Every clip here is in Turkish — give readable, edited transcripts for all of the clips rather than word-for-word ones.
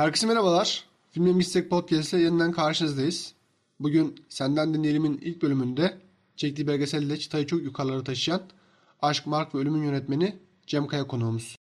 Herkese merhabalar. Filmle Mistek Podcast ile yeniden karşınızdayız. Bugün Senden Dinleyelim'in ilk bölümünde çektiği belgeselle çıtayı çok yukarılara taşıyan Aşk, Mark ve Ölüm'ün yönetmeni Cem Kaya konuğumuz.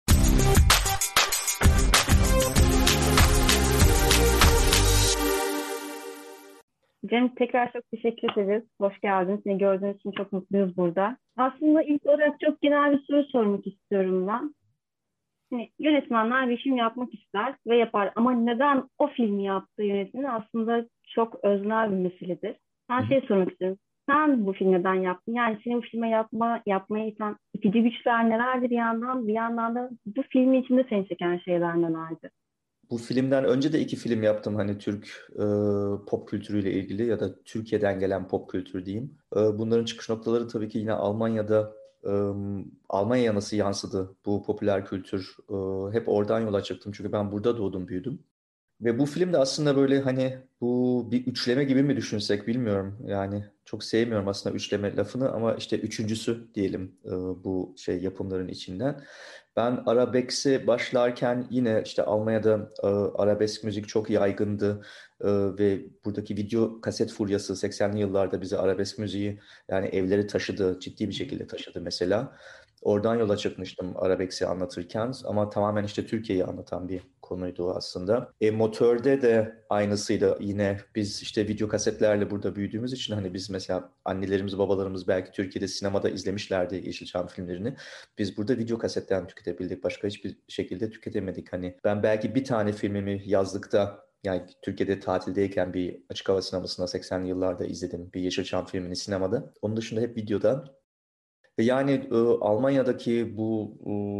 Cem, tekrar çok teşekkür ederiz. Hoş geldin. Seni gördüğünüz için çok mutluyuz burada. Aslında ilk olarak çok genel bir soru sormak istiyorum ben. Hani yönetmenler bir film yapmak ister ve yapar ama neden o filmi yaptığı yönetmeni aslında çok öznel bir meseledir. Ben şey sormak istiyorum. Sen bu filmi neden yaptın? Yani seni bu filme yapmaya iten itici güçler nelerdir bir yandan da bu filmin içinde seni çeken şeyler nelerdir? Bu filmden önce de iki film yaptım hani Türk pop kültürüyle ilgili ya da Türkiye'den gelen pop kültürü diyeyim. Bunların çıkış noktaları tabii ki yine Almanya'da e, Almanya'ya nasıl yansıdı bu popüler kültür. Hep oradan yola çıktım çünkü ben burada doğdum büyüdüm. Ve bu film de aslında böyle hani bu bir üçleme gibi mi düşünsek bilmiyorum. Yani çok sevmiyorum aslında üçleme lafını ama işte üçüncüsü diyelim bu şey yapımların içinden. Ben Arabesk'e başlarken yine işte Almanya'da arabesk müzik çok yaygındı. Ve buradaki video kaset furyası 80'li yıllarda bize arabesk müziği yani evleri taşıdı, ciddi bir şekilde taşıdı mesela. Oradan yola çıkmıştım Arabesk'i anlatırken ama tamamen işte Türkiye'yi anlatan bir konuydu o aslında. Motör'de de aynısıydı yine biz işte video kasetlerle burada büyüdüğümüz için hani biz mesela annelerimiz babalarımız belki Türkiye'de sinemada izlemişlerdi Yeşilçam filmlerini. Biz burada video kasetten tüketebildik. Başka hiçbir şekilde tüketemedik. Hani ben belki bir tane filmimi yazlıkta yani Türkiye'de tatildeyken bir açık hava sinemasında 80'li yıllarda izledim bir Yeşilçam filmini sinemada. Onun dışında hep videoda. Ve yani Almanya'daki bu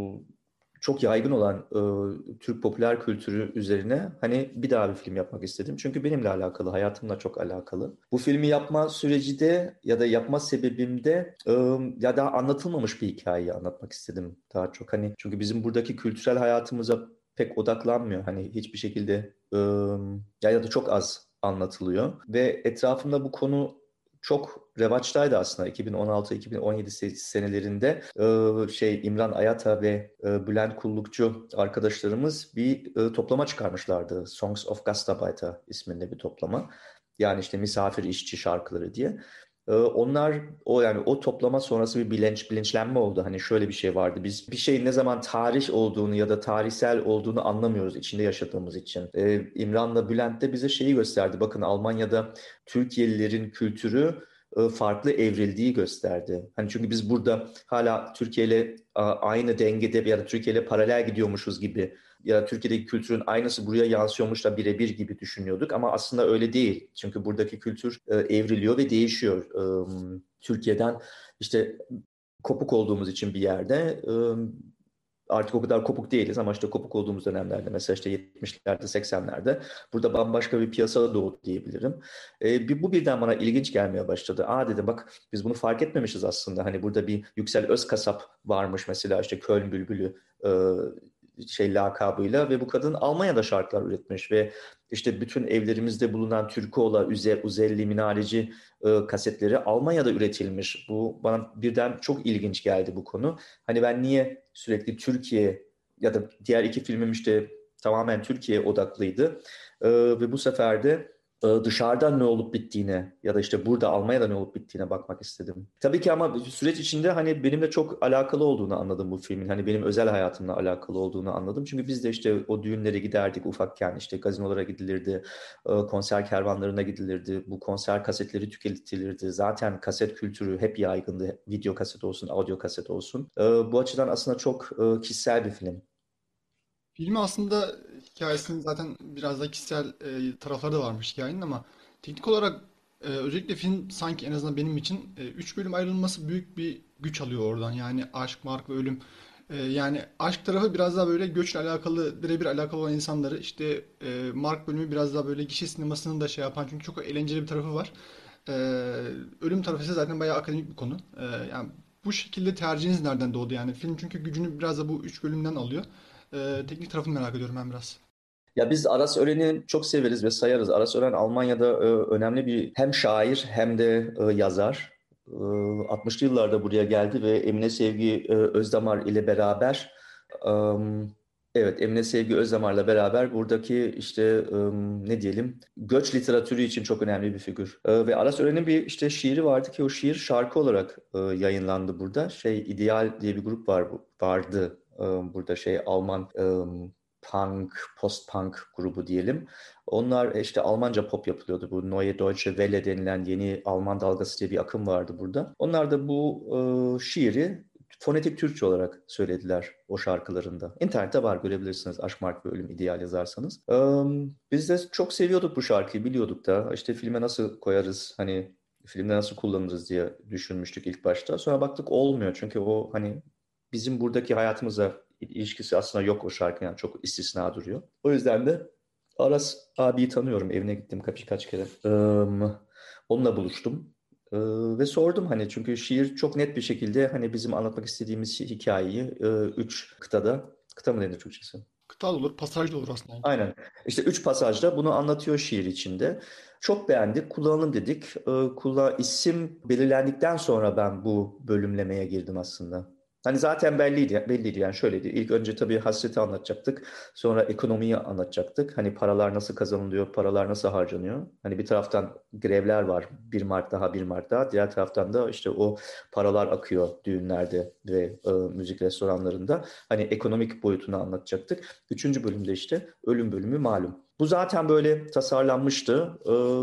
çok yaygın olan Türk popüler kültürü üzerine hani bir daha bir film yapmak istedim. Çünkü benimle alakalı, hayatımla çok alakalı. Bu filmi yapma süreci de ya da yapma sebebimde ya daha anlatılmamış bir hikayeyi anlatmak istedim daha çok. Hani çünkü bizim buradaki kültürel hayatımıza pek odaklanmıyor. Hani hiçbir şekilde ya da çok az anlatılıyor. Ve etrafımda bu konu çok revaçtaydı aslında 2016-2017 senelerinde İmran Ayata ve Bülent Kullukçu arkadaşlarımız bir toplama çıkarmışlardı. Songs of Gastarbeiter isminde bir toplama. Yani işte misafir işçi şarkıları diye. Onlar o toplama sonrası bir bilinçlenme oldu. Hani şöyle bir şey vardı. Biz bir şeyin ne zaman tarih olduğunu ya da tarihsel olduğunu anlamıyoruz içinde yaşadığımız için. İmran'la Bülent de bize şeyi gösterdi. Bakın Almanya'da Türkiye'lilerin kültürü farklı evrildiği gösterdi. Hani çünkü biz burada hala Türkiye ile aynı dengede ya da Türkiye ile paralel gidiyormuşuz gibi ya da Türkiye'deki kültürün aynısı buraya yansıyormuş da birebir gibi düşünüyorduk ama aslında öyle değil. Çünkü buradaki kültür evriliyor ve değişiyor. Türkiye'den işte kopuk olduğumuz için bir yerde artık o kadar kopuk değiliz ama işte kopuk olduğumuz dönemlerde mesela işte 70'lerde 80'lerde burada bambaşka bir piyasa doğdu diyebilirim. Bu birden bana ilginç gelmeye başladı. Dedim bak biz bunu fark etmemişiz aslında. Hani burada bir Yüksel Özkasap varmış mesela işte Köln Bülbülü lakabıyla ve bu kadın Almanya'da şarkılar üretmiş ve işte bütün evlerimizde bulunan Türkoğlu, Uzelli, Minareci kasetleri Almanya'da üretilmiş. Bu bana birden çok ilginç geldi bu konu. Hani ben niye sürekli Türkiye ya da diğer iki filmim işte tamamen Türkiye odaklıydı. Ve bu sefer de dışarıda ne olup bittiğine ya da işte burada Almanya'da ne olup bittiğine bakmak istedim. Tabii ki ama süreç içinde hani benimle çok alakalı olduğunu anladım bu filmin. Hani benim özel hayatımla alakalı olduğunu anladım. Çünkü biz de işte o düğünlere giderdik ufakken işte gazinolara gidilirdi, konser kervanlarına gidilirdi. Bu konser kasetleri tüketilirdi. Zaten kaset kültürü hep yaygındı. Video kaset olsun, audio kaset olsun. Bu açıdan aslında çok kişisel bir film. Filmi aslında hikayesinin zaten biraz da kişisel tarafları da varmış hikayenin ama teknik olarak özellikle film sanki en azından benim için 3 bölüm ayrılması büyük bir güç alıyor oradan. Yani aşk, mark ve ölüm. Yani aşk tarafı biraz daha böyle göçle alakalı, birebir alakalı olan insanları işte mark bölümü biraz daha böyle gişe sinemasının da şey yapan çünkü çok eğlenceli bir tarafı var. E, Ölüm tarafı ise zaten bayağı akademik bir konu. Yani bu şekilde tercihiniz nereden doğdu yani? Film çünkü gücünü biraz da bu 3 bölümden alıyor. Teknik tarafını merak ediyorum ben biraz. Ya biz Aras Ören'i çok severiz ve sayarız. Aras Ören Almanya'da önemli bir hem şair hem de yazar. 60'lı yıllarda buraya geldi ve Emine Sevgi Özdamar ile beraber Evet, Emine Sevgi Özdamar'la beraber buradaki işte ne diyelim göç literatürü için çok önemli bir figür. Ve Aras Ören'in bir işte şiiri vardı ki o şiir şarkı olarak yayınlandı burada. İdeal diye bir grup vardı burada Alman punk, post-punk grubu diyelim. Onlar işte Almanca pop yapılıyordu. Bu Neue Deutsche Welle denilen yeni Alman dalgası diye bir akım vardı burada. Onlar da bu şiiri fonetik Türkçe olarak söylediler o şarkılarında. İnternette var, görebilirsiniz. Aşk, Mark ve Ölüm ideal yazarsanız. Biz de çok seviyorduk bu şarkıyı, biliyorduk da. İşte filme nasıl koyarız, hani filmde nasıl kullanırız diye düşünmüştük ilk başta. Sonra baktık olmuyor. Çünkü o hani bizim buradaki hayatımıza ilişkisi aslında yok o şarkı. Yani çok istisna duruyor. O yüzden de Aras abiyi tanıyorum. Evine gittim birkaç kere. Onunla buluştum. Ee, Ve sordum hani çünkü şiir çok net bir şekilde hani bizim anlatmak istediğimiz hikayeyi üç kıtada, kıta mı denir Türkçesi? Kıta da olur, pasaj da olur aslında. Yani. Aynen. İşte üç pasajda bunu anlatıyor şiir içinde. Çok beğendik, kullanalım dedik. İsim belirlendikten sonra ben bu bölümlemeye girdim aslında. Hani zaten belliydi yani şöyleydi. İlk önce tabii hasreti anlatacaktık. Sonra ekonomiyi anlatacaktık. Hani paralar nasıl kazanılıyor, paralar nasıl harcanıyor. Hani bir taraftan grevler var. Bir Mart daha, bir Mart daha. Diğer taraftan da işte o paralar akıyor düğünlerde ve müzik restoranlarında. Hani ekonomik boyutunu anlatacaktık. Üçüncü bölümde işte ölüm bölümü malum. Bu zaten böyle tasarlanmıştı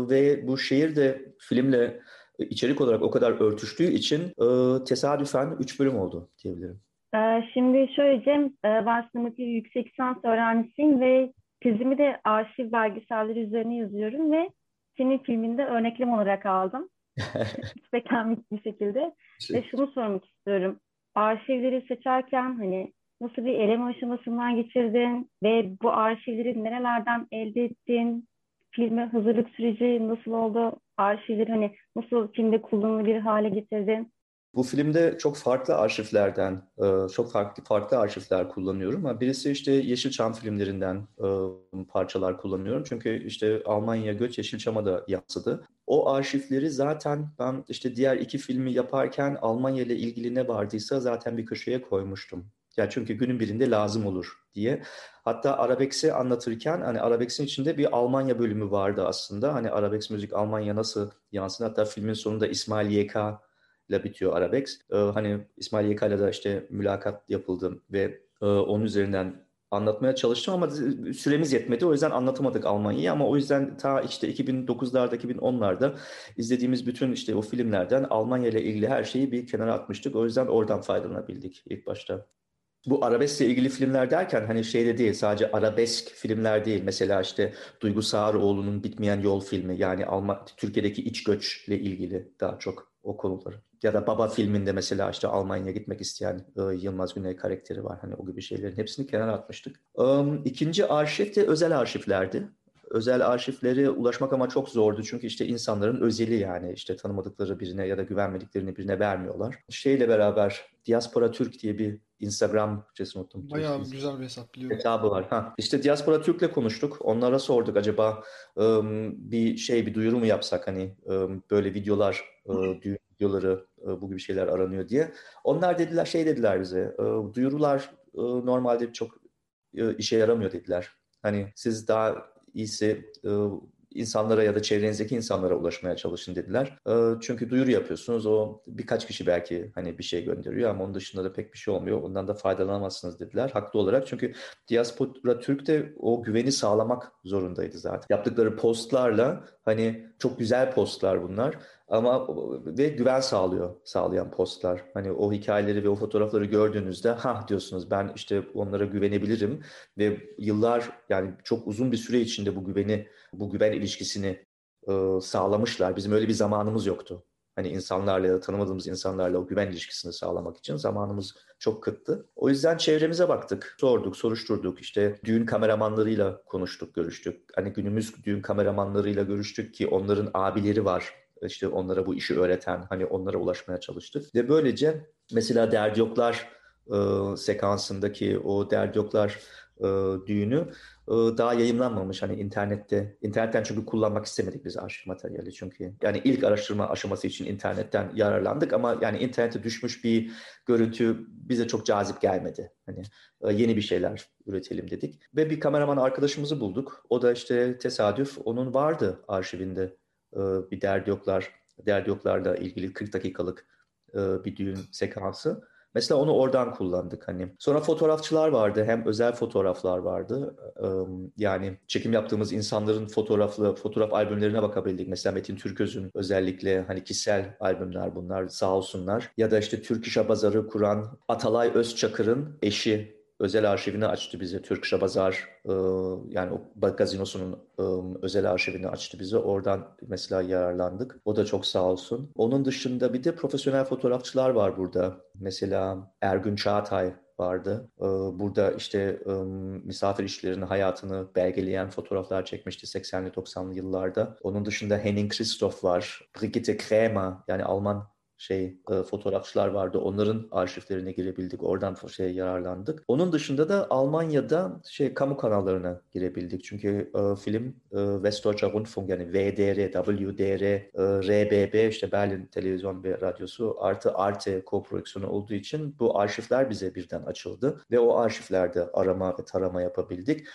ve bu şehir de filmle içerik olarak o kadar örtüştüğü için tesadüfen 3 bölüm oldu diyebilirim. Şimdi şöyle Cem, ben sinematografi yüksek lisans öğrencisiyim ve tezimi de arşiv belgeselleri üzerine yazıyorum ve senin filminde örneklem olarak aldım. Hiç beklenmedik bir şekilde. Ve Şey, şunu sormak istiyorum. Arşivleri seçerken hani nasıl bir eleme aşamasından geçirdin ve bu arşivleri nerelerden elde ettin? Filme hazırlık süreci nasıl oldu? Arşivleri hani nasıl filmde kullanılabilir hale getirdin? Bu filmde çok farklı arşivlerden, çok farklı arşivler kullanıyorum. Birisi işte Yeşilçam filmlerinden parçalar kullanıyorum. Çünkü işte Almanya göç Yeşilçam'a da yansıdı. O arşivleri zaten ben işte diğer iki filmi yaparken Almanya ile ilgili ne vardıysa zaten bir köşeye koymuştum. Ya çünkü günün birinde lazım olur diye. Hatta Arabex'i anlatırken hani Arabex'in içinde bir Almanya bölümü vardı aslında. Hani Arabex müzik Almanya nasıl yansın? Hatta filmin sonunda İsmail YK ile bitiyor Arabex. Hani İsmail Yakala'da da işte mülakat yapıldı ve onun üzerinden anlatmaya çalıştım ama süremiz yetmedi. O yüzden anlatamadık Almanya'yı ama o yüzden ta işte 2009'larda 2010'larda izlediğimiz bütün işte o filmlerden Almanya ile ilgili her şeyi bir kenara atmıştık. O yüzden oradan faydalanabildik ilk başta. Bu arabeskle ilgili filmler derken hani şeyde değil, sadece arabesk filmler değil. Mesela işte Duygu Sağaroğlu'nun Bitmeyen Yol filmi, yani Türkiye'deki iç göçle ilgili daha çok o konuları. Ya da Baba filminde mesela işte Almanya'ya gitmek isteyen Yılmaz Güney karakteri var. Hani o gibi şeylerin hepsini kenara atmıştık. İkinci arşiv de özel arşivlerdi. Özel arşivlere ulaşmak ama çok zordu. Çünkü işte insanların özeli, yani işte tanımadıkları birine ya da güvenmediklerini birine vermiyorlar. Şeyle beraber Diaspora Türk diye bir Instagram, Türkçesini unuttum. Bayağı güzel bir hesap biliyorum. Hesabı var. Ha. İşte Diaspora Türk'le konuştuk. Onlara sorduk, acaba bir duyuru mu yapsak, hani böyle videolar, düğün videoları, bu gibi şeyler aranıyor diye. Onlar dediler, dediler bize, duyurular normalde çok işe yaramıyor dediler. Hani siz daha iyisi insanlara ya da çevrenizdeki insanlara ulaşmaya çalışın dediler. Çünkü duyuru yapıyorsunuz, o birkaç kişi belki hani bir şey gönderiyor ama onun dışında da pek bir şey olmuyor. Ondan da faydalanamazsınız dediler. Haklı olarak, çünkü Diaspora Türk de o güveni sağlamak zorundaydı zaten. Yaptıkları postlarla, hani çok güzel postlar bunlar ama ve güven sağlayan postlar. Hani o hikayeleri ve o fotoğrafları gördüğünüzde ha diyorsunuz, ben işte onlara güvenebilirim ve yıllar, yani çok uzun bir süre içinde bu güven ilişkisini sağlamışlar. Bizim öyle bir zamanımız yoktu. Hani insanlarla ya da tanımadığımız insanlarla o güven ilişkisini sağlamak için zamanımız çok kıttı. O yüzden çevremize baktık, sorduk, soruşturduk. İşte düğün kameramanlarıyla konuştuk, görüştük. Hani günümüz düğün kameramanlarıyla görüştük ki onların abileri var. İşte onlara bu işi öğreten, hani onlara ulaşmaya çalıştık. Ve böylece mesela Derdi Yoklar sekansındaki o Derdi Yoklar düğünü daha yayımlanmamış hani internetten çünkü kullanmak istemedik biz arşiv materyali çünkü yani ilk araştırma aşaması için internetten yararlandık ama yani internete düşmüş bir görüntü bize çok cazip gelmedi. Hani yeni bir şeyler üretelim dedik ve bir kameraman arkadaşımızı bulduk. O da işte tesadüf onun vardı arşivinde bir Derdi Yoklar'la ilgili 40 dakikalık bir düğün sekansı. Mesela onu oradan kullandık hani. Sonra fotoğrafçılar vardı. Hem özel fotoğraflar vardı. Yani çekim yaptığımız insanların fotoğraf albümlerine bakabildik. Mesela Metin Türköz'ün özellikle hani kişisel albümler bunlar sağ olsunlar. Ya da işte Türk İş Bazarı kuran Atalay Özçakır'ın eşi özel arşivini açtı bize. Türk İş Bazar yani o gazinosunun özel arşivini açtı bize. Oradan mesela yararlandık. O da çok sağ olsun. Onun dışında bir de profesyonel fotoğrafçılar var burada. Mesela Ergün Çağatay vardı. Burada işte misafir işçilerin hayatını belgeleyen fotoğraflar çekmişti 80'li 90'lı yıllarda. Onun dışında Henning Christoph var. Brigitte Krämer yani Alman fotoğrafçılar vardı. Onların arşivlerine girebildik. Oradan yararlandık. Onun dışında da Almanya'da kamu kanallarına girebildik. Çünkü film Westdeutscher Rundfunk yani VDR, WDR, RBB işte Berlin Televizyon ve Radyosu artı Arte koprodüksiyonu olduğu için bu arşivler bize birden açıldı ve o arşivlerde arama ve tarama yapabildik.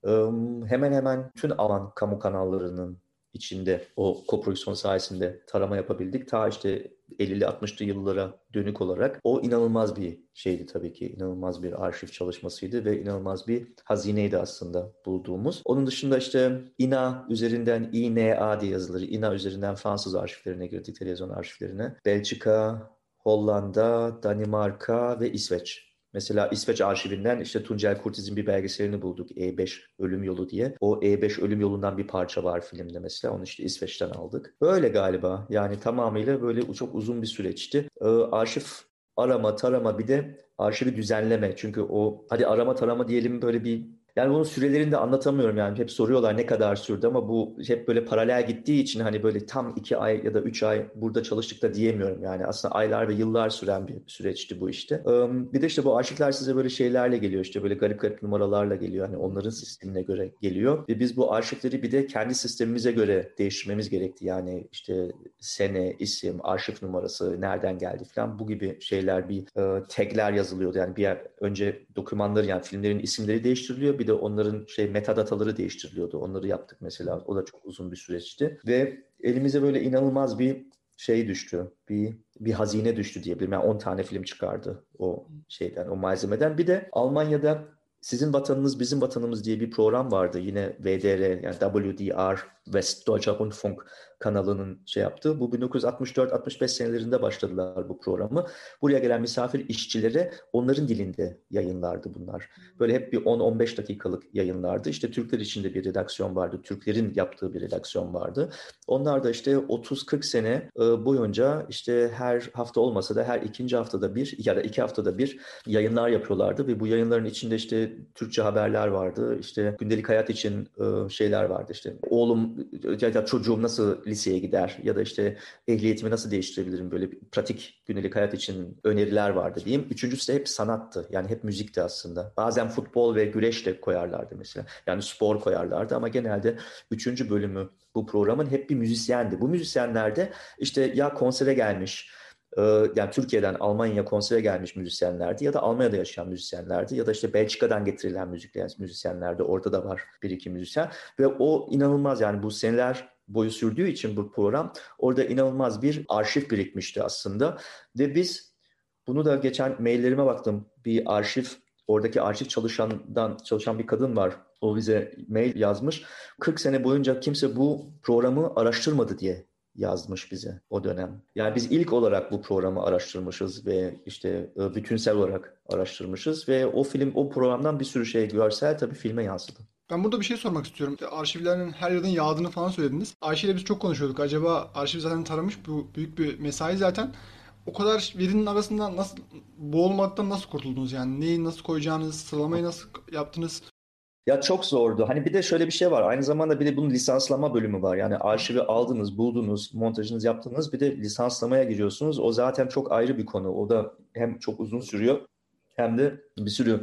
Hemen hemen tüm Alman kamu kanallarının içinde o koprodüksiyon sayesinde tarama yapabildik. Ta işte 50'li 60'lı yıllara dönük olarak o inanılmaz bir şeydi tabii ki. İnanılmaz bir arşiv çalışmasıydı ve inanılmaz bir hazineydi aslında bulduğumuz. Onun dışında işte INA üzerinden INA diye yazılır. INA üzerinden Fransız arşivlerine girdik, televizyon arşivlerine. Belçika, Hollanda, Danimarka ve İsveç. Mesela İsveç arşivinden işte Tuncel Kurtiz'in bir belgeselini bulduk. E5 Ölüm Yolu diye. O E5 Ölüm Yolu'ndan bir parça var filmde mesela. Onu işte İsveç'ten aldık. Böyle galiba. Yani tamamıyla böyle çok uzun bir süreçti. Arşiv arama, tarama bir de arşivi düzenleme. Çünkü o hadi arama tarama diyelim böyle bir yani bunun sürelerini de anlatamıyorum yani. Hep soruyorlar ne kadar sürdü ama bu hep böyle paralel gittiği için hani böyle tam 2 ay ya da 3 ay burada çalıştık da diyemiyorum yani. Aslında aylar ve yıllar süren bir süreçti bu işte. Bir de işte bu arşivler size böyle şeylerle geliyor işte böyle garip garip numaralarla geliyor. Hani onların sistemine göre geliyor. Ve biz bu arşivleri bir de kendi sistemimize göre değiştirmemiz gerekti. Yani işte sene, isim, arşiv numarası, nereden geldi falan bu gibi şeyler bir tagler yazılıyordu. Yani önce dokümanları yani filmlerin isimleri değiştiriliyor. Bir de onların metadataları değiştiriliyordu. Onları yaptık mesela. O da çok uzun bir süreçti. Ve elimize böyle inanılmaz bir düştü. Bir hazine düştü diyebilirim. Yani 10 tane film çıkardı o o malzemeden. Bir de Almanya'da Sizin Vatanınız Bizim Vatanımız diye bir program vardı. Yine VDR yani WDR Westdeutscher Rundfunk kanalının yaptığı. Bu 1964-65 senelerinde başladılar bu programı. Buraya gelen misafir işçilere onların dilinde yayınlardı bunlar. Böyle hep bir 10-15 dakikalık yayınlardı. İşte Türkler için de bir redaksiyon vardı. Türklerin yaptığı bir redaksiyon vardı. Onlar da işte 30-40 sene boyunca işte her hafta olmasa da her ikinci haftada bir ya da 2 haftada bir yayınlar yapıyorlardı ve bu yayınların içinde işte Türkçe haberler vardı. İşte gündelik hayat için şeyler vardı. İşte oğlum ya da çocuğum nasıl liseye gider ya da işte ehliyetimi nasıl değiştirebilirim böyle bir pratik gündelik hayat için öneriler vardı diyeyim. Üçüncüsü de hep sanattı. Yani hep müzikti aslında. Bazen futbol ve güreş de koyarlardı mesela. Yani spor koyarlardı ama genelde 3. bölümü bu programın hep bir müzisyendi. Bu müzisyenler de işte ya konsere gelmiş yani Türkiye'den Almanya'ya konsere gelmiş müzisyenlerdi ya da Almanya'da yaşayan müzisyenlerdi ya da işte Belçika'dan getirilen müzisyenlerdi. Orada da var bir iki müzisyen ve o inanılmaz yani bu seneler boyu sürdüğü için bu program orada inanılmaz bir arşiv birikmişti aslında ve biz bunu da geçen maillerime baktım bir oradaki arşiv çalışan bir kadın var. O bize mail yazmış. 40 sene boyunca kimse bu programı araştırmadı diye yazmış bize o dönem. Yani biz ilk olarak bu programı araştırmışız ve işte bütünsel olarak araştırmışız ve o programdan bir sürü görsel tabii filme yansıdı. Ben burada bir şey sormak istiyorum. Arşivlerin her yerden yağdığını falan söylediniz. Ayşe ile biz çok konuşuyorduk. Acaba arşiv zaten taramış. Bu büyük bir mesai zaten. O kadar verinin arasında nasıl boğulmaktan nasıl kurtuldunuz yani? Neyi nasıl koyacağınız, sıralamayı nasıl yaptınız? Ya çok zordu. Hani bir de şöyle bir şey var. Aynı zamanda bir de bunun lisanslama bölümü var. Yani arşivi aldınız, buldunuz, montajınızı yaptınız. Bir de lisanslamaya giriyorsunuz. O zaten çok ayrı bir konu. O da hem çok uzun sürüyor hem de bir sürü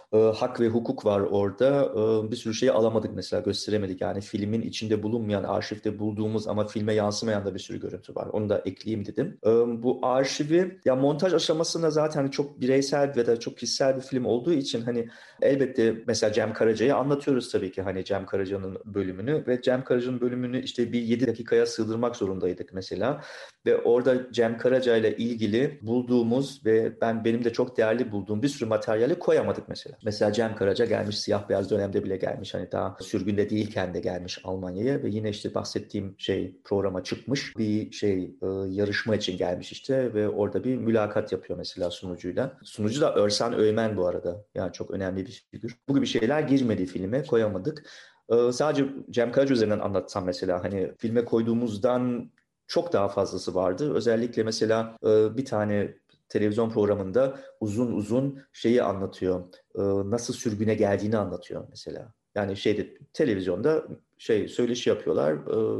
hak ve hukuk var orada. Bir sürü şeyi alamadık mesela, gösteremedik. Yani filmin içinde bulunmayan, arşivde bulduğumuz ama filme yansımayan da bir sürü görüntü var. Onu da ekleyeyim dedim. Bu arşivi, ya montaj aşamasında zaten çok bireysel ve de çok kişisel bir film olduğu için hani elbette mesela Cem Karaca'yı anlatıyoruz tabii ki, hani Cem Karaca'nın bölümünü ve Cem Karaca'nın bölümünü işte bir 7 dakikaya sığdırmak zorundaydık mesela. Ve orada Cem Karaca ile ilgili bulduğumuz ve benim de çok değerli bulduğum bir sürü materyali koyamadık mesela. Mesela Cem Karaca gelmiş, siyah beyaz dönemde bile gelmiş. Hani daha sürgünde değilken de gelmiş Almanya'ya ve yine işte bahsettiğim programa çıkmış. Bir yarışma için gelmiş işte ve orada bir mülakat yapıyor mesela sunucuyla. Sunucu da Örsan Öymen bu arada. Yani çok önemli bir figür. Bu gibi şeyler girmedi filme, koyamadık. Sadece Cem Karaca üzerinden anlatsam mesela, hani filme koyduğumuzdan çok daha fazlası vardı. Özellikle mesela bir tane televizyon programında uzun uzun şeyi anlatıyor. Nasıl sürgüne geldiğini anlatıyor mesela. Yani televizyonda söyleşi yapıyorlar.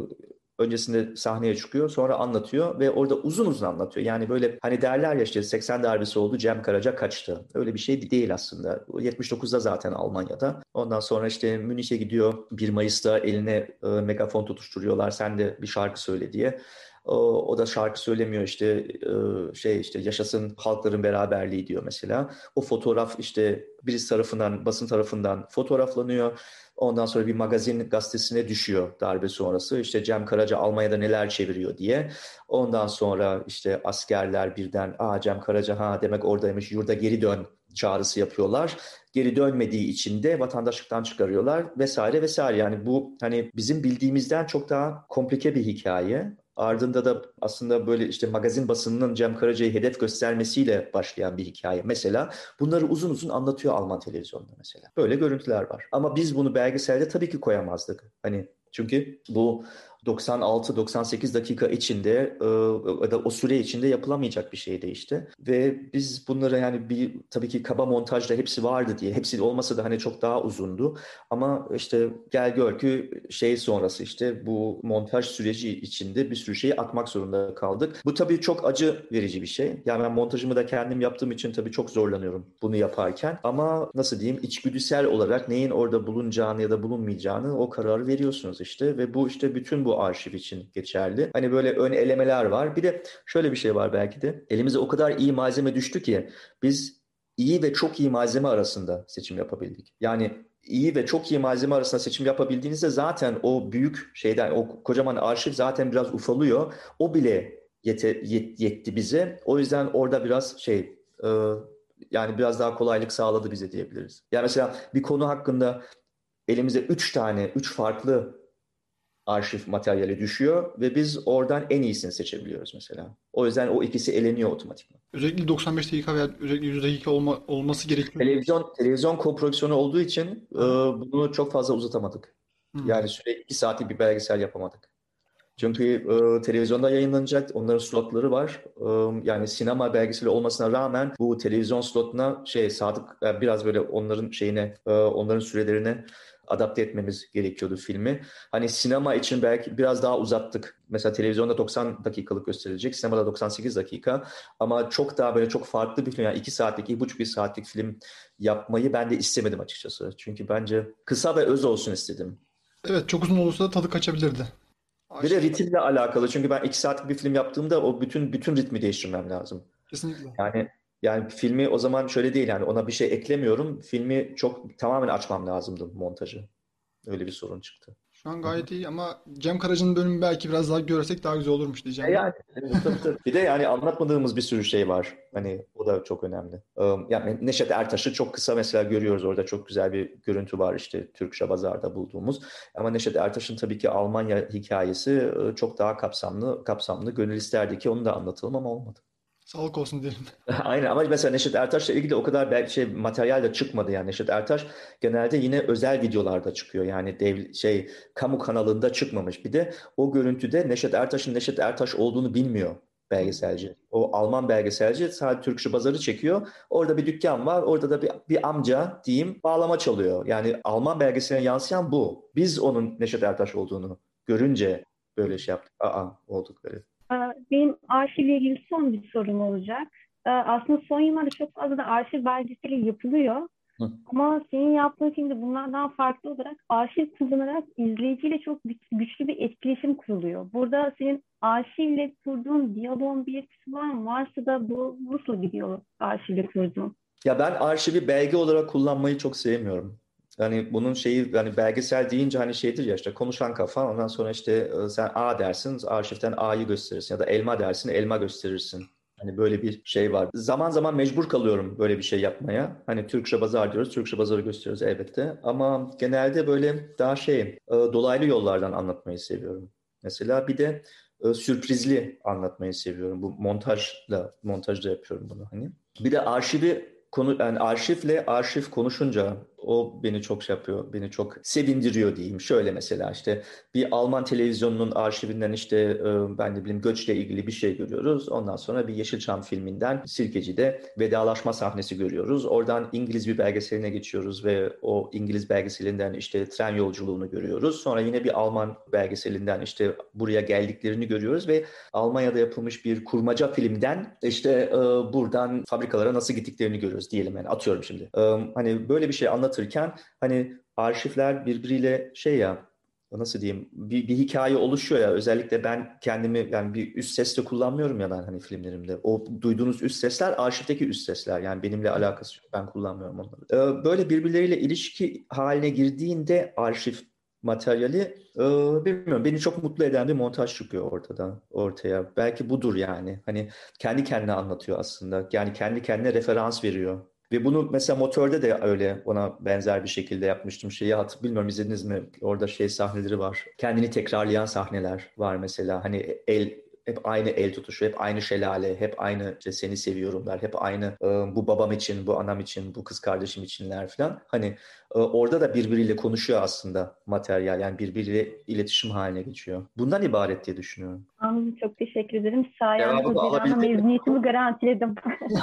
Öncesinde sahneye çıkıyor, sonra anlatıyor ve orada uzun uzun anlatıyor. Yani böyle hani derler ya işte 80 darbesi oldu, Cem Karaca kaçtı. Öyle bir şey değil aslında. 79'da zaten Almanya'da. Ondan sonra işte Münih'e gidiyor. 1 Mayıs'ta eline megafon tutuşturuyorlar. Sen de bir şarkı söyle diye. O da şarkı söylemiyor işte, işte yaşasın halkların beraberliği diyor mesela. O fotoğraf işte birisi tarafından, basın tarafından fotoğraflanıyor. Ondan sonra bir magazin gazetesine düşüyor darbe sonrası. İşte Cem Karaca Almanya'da neler çeviriyor diye. Ondan sonra işte askerler birden Cem Karaca demek oradaymış, yurda geri dön çağrısı yapıyorlar. Geri dönmediği için de vatandaşlıktan çıkarıyorlar vesaire vesaire. Yani bu hani bizim bildiğimizden çok daha komplike bir hikaye. Ardında da aslında böyle işte magazin basınının Cem Karaca'yı hedef göstermesiyle başlayan bir hikaye. Mesela bunları uzun uzun anlatıyor Alman televizyonda mesela. Böyle görüntüler var. Ama biz bunu belgeselde tabii ki koyamazdık. Hani çünkü bu 96-98 dakika içinde ya da o süre içinde yapılamayacak bir şeydi işte. Ve biz bunları yani tabii ki kaba montajda hepsi vardı diye. Hepsi olmasa da hani çok daha uzundu. Ama işte gel gör ki sonrası işte bu montaj süreci içinde bir sürü şeyi atmak zorunda kaldık. Bu tabii çok acı verici bir şey. Yani ben montajımı da kendim yaptığım için tabii çok zorlanıyorum bunu yaparken. Ama nasıl diyeyim, içgüdüsel olarak neyin orada bulunacağını ya da bulunmayacağını o kararı veriyorsunuz işte. Ve bu işte bütün bu arşiv için geçerli. Hani böyle ön elemeler var. Bir de şöyle bir şey var belki de. Elimize o kadar iyi malzeme düştü ki biz iyi ve çok iyi malzeme arasında seçim yapabildik. Yani iyi ve çok iyi malzeme arasında seçim yapabildiğinizde zaten o büyük o kocaman arşiv zaten biraz ufalıyor. O bile yetti bize. O yüzden orada biraz yani biraz daha kolaylık sağladı bize diyebiliriz. Yani mesela bir konu hakkında elimize 3 farklı arşiv materyali düşüyor ve biz oradan en iyisini seçebiliyoruz mesela. O yüzden o ikisi eleniyor otomatikman. Özellikle 95 dakika veya özellikle 100 dakika olması gerekiyor. Televizyon koprodüksiyonu olduğu için Aha. bunu çok fazla uzatamadık. Hmm. Yani sürekli 2 saatlik bir belgesel yapamadık. Çünkü televizyonda yayınlanacak, onların slotları var. Yani sinema belgeseli olmasına rağmen bu televizyon slotuna biraz böyle onların sürelerine adapte etmemiz gerekiyordu filmi. Hani sinema için belki biraz daha uzattık. Mesela televizyonda 90 dakikalık gösterilecek, sinemada 98 dakika. Ama çok daha böyle çok farklı bir film, yani 2 saatlik, 2,5 saatlik film yapmayı ben de istemedim açıkçası. Çünkü bence kısa ve öz olsun istedim. Evet, çok uzun olursa da tadı kaçabilirdi. Bir de Arşiv ritimle alakalı. Çünkü ben 2 saatlik bir film yaptığımda o bütün ritmi değiştirmem lazım. kesinlikle. Yani filmi o zaman şöyle değil, yani ona bir şey eklemiyorum. Filmi çok tamamen açmam lazımdı, montajı. Öyle bir sorun çıktı. Şu an Hı hı. gayet iyi ama Cem Karaca'nın bölümü belki biraz daha görsek daha güzel olurmuş diyeceğim ben. Yani tabii tabii. Bir de yani anlatmadığımız bir sürü şey var. Hani o da çok önemli. Yani Neşet Ertaş'ı çok kısa mesela görüyoruz, orada çok güzel bir görüntü var işte Türkçe Bazar'da bulduğumuz. Ama Neşet Ertaş'ın tabii ki Almanya hikayesi çok daha kapsamlı. Gönül isterdi ki onu da anlatalım ama olmadı. Sağlık olsun diyelim. Aynen, ama mesela Neşet Ertaş'la ilgili o kadar belki materyal de çıkmadı yani. Neşet Ertaş genelde yine özel videolarda çıkıyor. Yani kamu kanalında çıkmamış. Bir de o görüntüde Neşet Ertaş'ın Neşet Ertaş olduğunu bilmiyor belgeselci. O Alman belgeselci sadece Türkçü Bazar'ı çekiyor. Orada bir dükkan var. Orada da bir amca diyeyim bağlama çalıyor. Yani Alman belgeseline yansıyan bu. Biz onun Neşet Ertaş olduğunu görünce böyle şey yaptık. Olduk böyle. Benim arşivle ilgili son bir sorum olacak. Aslında son yıllarda çok fazla da arşiv belgeseli yapılıyor. Hı. Ama senin yaptığın filmde bunlardan farklı olarak arşiv kullanarak izleyiciyle çok güçlü bir etkileşim kuruluyor. Burada senin arşivle kurduğun diyaloğun bir etkisi var mı? Varsa da bu nasıl gidiyor arşivle kurduğun? Ya ben arşivi belge olarak kullanmayı çok sevmiyorum. Yani bunun şeyi yani belgesel deyince hani şeydir ya işte konuşan kafa ondan sonra işte sen A dersin arşivden A'yı gösterirsin ya da elma dersin elma gösterirsin. Hani böyle bir şey var. Zaman zaman mecbur kalıyorum böyle bir şey yapmaya. Hani Türkçe pazar diyoruz, Türkçe pazarı gösteriyoruz elbette. Ama genelde böyle daha dolaylı yollardan anlatmayı seviyorum. Mesela bir de sürprizli anlatmayı seviyorum. Bu montajla yapıyorum bunu hani. Bir de yani arşiv konuşunca o beni çok şey yapıyor, beni çok sevindiriyor diyeyim. Şöyle mesela işte bir Alman televizyonunun arşivinden işte ben de bileyim göçle ilgili bir şey görüyoruz. Ondan sonra bir Yeşilçam filminden Sirkeci'de vedalaşma sahnesi görüyoruz. Oradan İngiliz bir belgeseline geçiyoruz ve o İngiliz belgeselinden işte tren yolculuğunu görüyoruz. Sonra yine bir Alman belgeselinden işte buraya geldiklerini görüyoruz ve Almanya'da yapılmış bir kurmaca filmden işte buradan fabrikalara nasıl gittiklerini görüyoruz diyelim yani atıyorum şimdi. Hani böyle bir şey anlatırken hani arşivler birbiriyle şey ya nasıl diyeyim bir hikaye oluşuyor ya özellikle ben kendimi yani bir üst sesle kullanmıyorum ya ben hani filmlerimde. O duyduğunuz üst sesler arşivdeki üst sesler yani benimle alakası yok ben kullanmıyorum onları. Böyle birbirleriyle ilişki haline girdiğinde arşiv materyali bilmiyorum beni çok mutlu eden bir montaj çıkıyor ortaya. Belki budur yani. Hani kendi kendine anlatıyor aslında. Yani kendi kendine referans veriyor. Ve bunu mesela Motör'de de öyle ona benzer bir şekilde yapmıştım. Bilmiyorum izlediniz mi? Orada şey sahneleri var. Kendini tekrarlayan sahneler var mesela. Hani hep aynı el tutuşu, hep aynı şelale, hep aynı işte seni seviyorumlar, hep aynı bu babam için, bu anam için, bu kız kardeşim içinler falan. Hani orada da birbiriyle konuşuyor aslında materyal. Yani birbiriyle iletişim haline geçiyor. Bundan ibaret diye düşünüyorum. Anladım, çok teşekkür ederim. Sayende Cevabımı Haziran'da alabildim mi? mezuniyetimi garantiledim.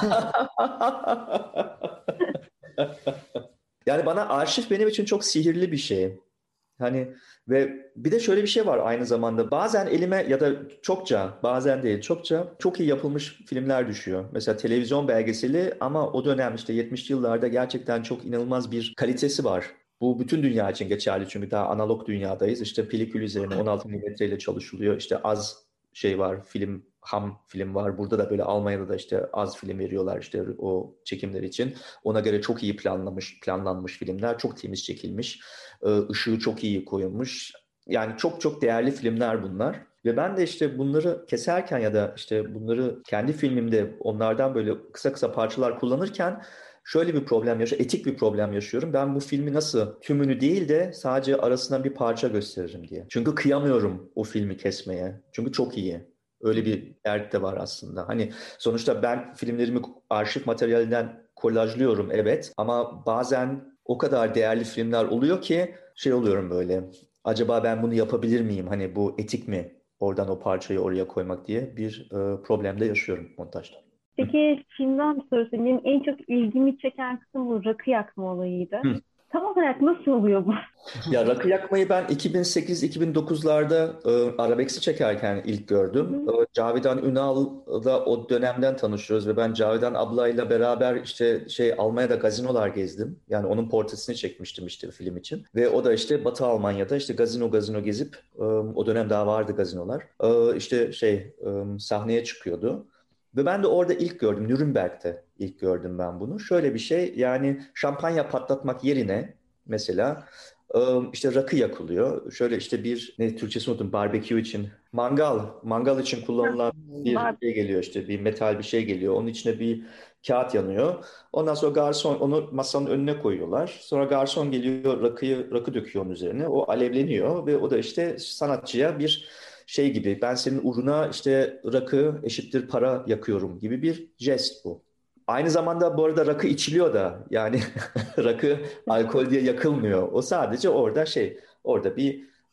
Yani bana arşiv benim için çok sihirli bir şey. Hani ve bir de şöyle bir şey var aynı zamanda. Bazen elime ya da çokça, bazen değil çokça çok iyi yapılmış filmler düşüyor. Mesela televizyon belgeseli ama o dönem işte 70'li yıllarda gerçekten çok inanılmaz bir kalitesi var. Bu bütün dünya için geçerli çünkü daha analog dünyadayız. İşte pelikül üzerine 16 milimetreyle çalışılıyor. İşte az şey var, ham film var. Burada da böyle Almanya'da da işte az film veriyorlar işte o çekimler için. Ona göre çok iyi planlanmış filmler, çok temiz çekilmiş. Işığı çok iyi koyulmuş. Yani çok çok değerli filmler bunlar. Ve ben de işte bunları keserken ya da işte bunları kendi filmimde onlardan böyle kısa kısa parçalar kullanırken şöyle bir problem yaşıyorum, etik bir problem yaşıyorum. Ben bu filmi nasıl tümünü değil de sadece arasından bir parça gösteririm diye. Çünkü kıyamıyorum o filmi kesmeye. Çünkü çok iyi. Öyle bir dert de var aslında. Hani sonuçta ben filmlerimi arşiv materyalinden kolajlıyorum evet ama bazen o kadar değerli filmler oluyor ki şey oluyorum böyle. Acaba ben bunu yapabilir miyim? Hani bu etik mi? Oradan o parçayı oraya koymak diye bir problemde yaşıyorum montajda. Peki filmden bir soru sorayım. Benim en çok ilgimi çeken kısım bu rakı yakma olayıydı. Hı. Tam olarak nasıl oluyor bu? Ya rakı yakmayı ben 2008-2009'larda Arabex'i çekerken ilk Hı gördüm. hı. Cavidan Ünal'la o dönemden tanışıyoruz ve ben Cavidan ablayla beraber işte Almanya'da gazinolar gezdim. Yani onun portresini çekmiştim işte film için. Ve o da işte Batı Almanya'da işte gazino gezip o dönem daha vardı gazinolar. İşte sahneye çıkıyordu. Ve ben de orada ilk gördüm. Nürnberg'te ilk gördüm ben bunu. Şöyle bir şey yani şampanya patlatmak yerine mesela işte rakı yakılıyor. Şöyle işte ne Türkçesi unuttum barbekü için mangal için kullanılan bir Var. şey geliyor işte bir metal bir şey geliyor. Onun içine bir kağıt yanıyor. Ondan sonra garson onu masanın önüne koyuyorlar. Sonra garson geliyor rakı döküyor onun üzerine. O alevleniyor ve o da işte sanatçıya bir şey gibi ben senin uğruna işte rakı eşittir para yakıyorum gibi bir jest bu. Aynı zamanda bu arada rakı içiliyor da yani rakı alkol diye yakılmıyor. O sadece orada orada bir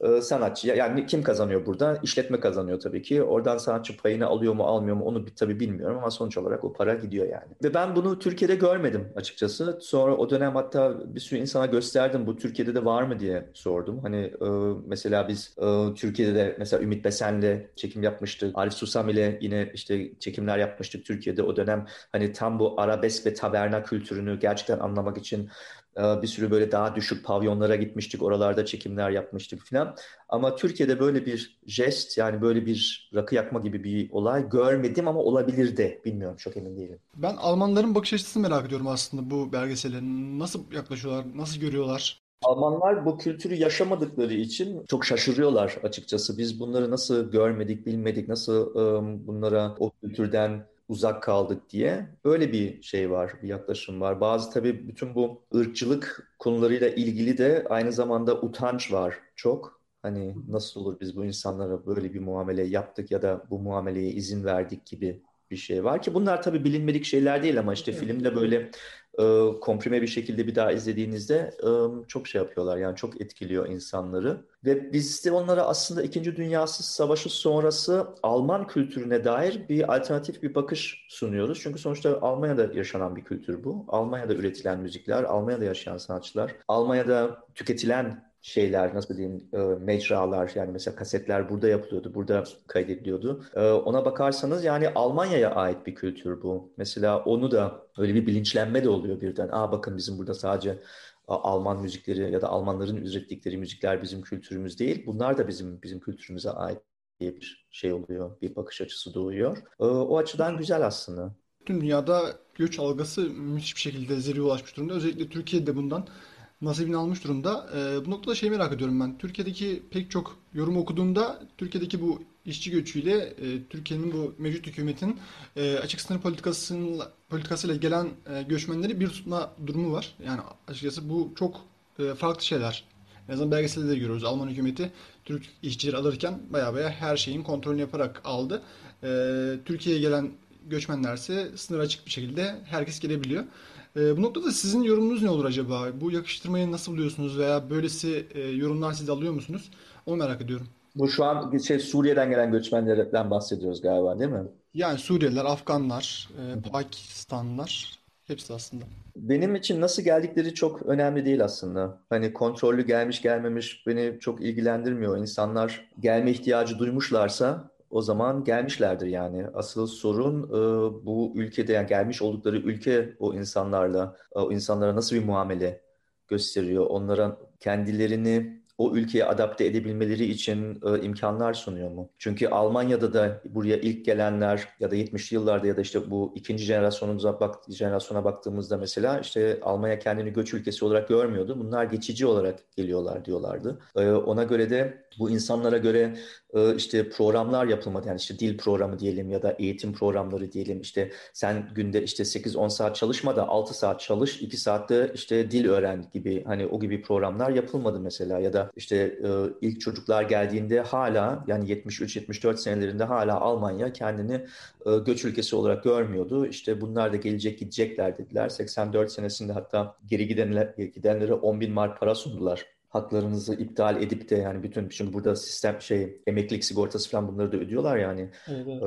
sanatçı. Yani kim kazanıyor burada? İşletme kazanıyor tabii ki. Oradan sanatçı payını alıyor mu almıyor mu onu tabii bilmiyorum ama sonuç olarak o para gidiyor yani. Ve ben bunu Türkiye'de görmedim açıkçası. Sonra o dönem hatta bir sürü insana gösterdim. Bu Türkiye'de de var mı diye sordum. Hani mesela biz Türkiye'de de mesela Ümit Besen'le çekim yapmıştık. Arif Susam ile yine işte çekimler yapmıştık Türkiye'de. O dönem hani tam bu arabesk ve taberna kültürünü gerçekten anlamak için bir sürü böyle daha düşük pavyonlara gitmiştik. Oralarda çekimler yapmıştık falan. Ama Türkiye'de böyle bir jest yani böyle bir rakı yakma gibi bir olay görmedim ama olabilir de. Bilmiyorum çok emin değilim. Ben Almanların bakış açısını merak ediyorum aslında bu belgesele. Nasıl yaklaşıyorlar, nasıl görüyorlar? Almanlar bu kültürü yaşamadıkları için çok şaşırıyorlar açıkçası. Biz bunları nasıl görmedik, bilmedik, nasıl bunlara o kültürden uzak kaldık diye böyle bir şey var, bir yaklaşım var. Bazı tabii bütün bu ırkçılık konularıyla ilgili de aynı zamanda utanç var çok. Hani nasıl olur biz bu insanlara böyle bir muamele yaptık ya da bu muameleye izin verdik gibi bir şey var ki bunlar tabii bilinmedik şeyler değil ama işte filmde böyle komprime bir şekilde bir daha izlediğinizde çok şey yapıyorlar yani çok etkiliyor insanları. Ve biz de onlara aslında İkinci Dünya Savaşı sonrası Alman kültürüne dair bir alternatif bir bakış sunuyoruz. Çünkü sonuçta Almanya'da yaşanan bir kültür bu. Almanya'da üretilen müzikler, Almanya'da yaşayan sanatçılar, Almanya'da tüketilen şeyler nasıl diyeyim mecralar yani mesela kasetler burada yapılıyordu, burada kaydediliyordu. Ona bakarsanız yani Almanya'ya ait bir kültür bu. Mesela onu da öyle bir bilinçlenme de oluyor birden. Aa bakın bizim burada sadece Alman müzikleri ya da Almanların ürettikleri müzikler bizim kültürümüz değil. Bunlar da bizim kültürümüze ait diye bir şey oluyor. Bir bakış açısı doğuyor. O açıdan güzel aslında. Tüm dünyada göç algısı müthiş bir şekilde zirveye ulaşmış durumda. Özellikle Türkiye'de bundan nasibini almış durumda. Bu noktada şey merak ediyorum ben. Türkiye'deki pek çok yorum okuduğumda Türkiye'deki bu işçi göçüyle Türkiye'nin bu mevcut hükümetin açık sınır politikasıyla gelen göçmenleri bir tutma durumu var. Yani açıkçası bu çok farklı şeyler. En azından belgeselde de görüyoruz. Alman hükümeti Türk işçileri alırken baya baya her şeyin kontrolünü yaparak aldı. Türkiye'ye gelen göçmenlerse sınır açık bir şekilde herkes gelebiliyor. Bu noktada sizin yorumunuz ne olur acaba? Bu yakıştırmayı nasıl buluyorsunuz veya böylesi yorumlar siz alıyor musunuz? Onu merak ediyorum. Bu şu an Suriye'den gelen göçmenlerden bahsediyoruz galiba değil mi? Yani Suriyeliler, Afganlar, Pakistanlılar hepsi aslında. Benim için nasıl geldikleri çok önemli değil aslında. Hani kontrollü gelmiş gelmemiş beni çok ilgilendirmiyor. İnsanlar gelme ihtiyacı duymuşlarsa o zaman gelmişlerdir yani. Asıl sorun bu ülkede yani gelmiş oldukları ülke o insanlarla, o insanlara nasıl bir muamele gösteriyor? Onlara kendilerini o ülkeye adapte edebilmeleri için imkanlar sunuyor mu? Çünkü Almanya'da da buraya ilk gelenler ya da 70'li yıllarda ya da işte bu ikinci jenerasyona baktığımızda mesela işte Almanya kendini göç ülkesi olarak görmüyordu. Bunlar geçici olarak geliyorlar diyorlardı. Ona göre de bu insanlara göre işte programlar yapılmadı. Yani işte dil programı diyelim ya da eğitim programları diyelim. İşte sen günde işte 8-10 saat çalışma da 6 saat çalış, 2 saatte işte dil öğren gibi hani o gibi programlar yapılmadı mesela ya da işte ilk çocuklar geldiğinde hala yani 73-74 senelerinde hala Almanya kendini göç ülkesi olarak görmüyordu. İşte bunlar da gelecek gidecekler dediler. 84 senesinde hatta gidenlere 10 bin mark para sundular. Haklarınızı iptal edip de yani bütün çünkü burada sistem emeklilik sigortası falan bunları da ödüyorlar yani. Evet, Ee, evet.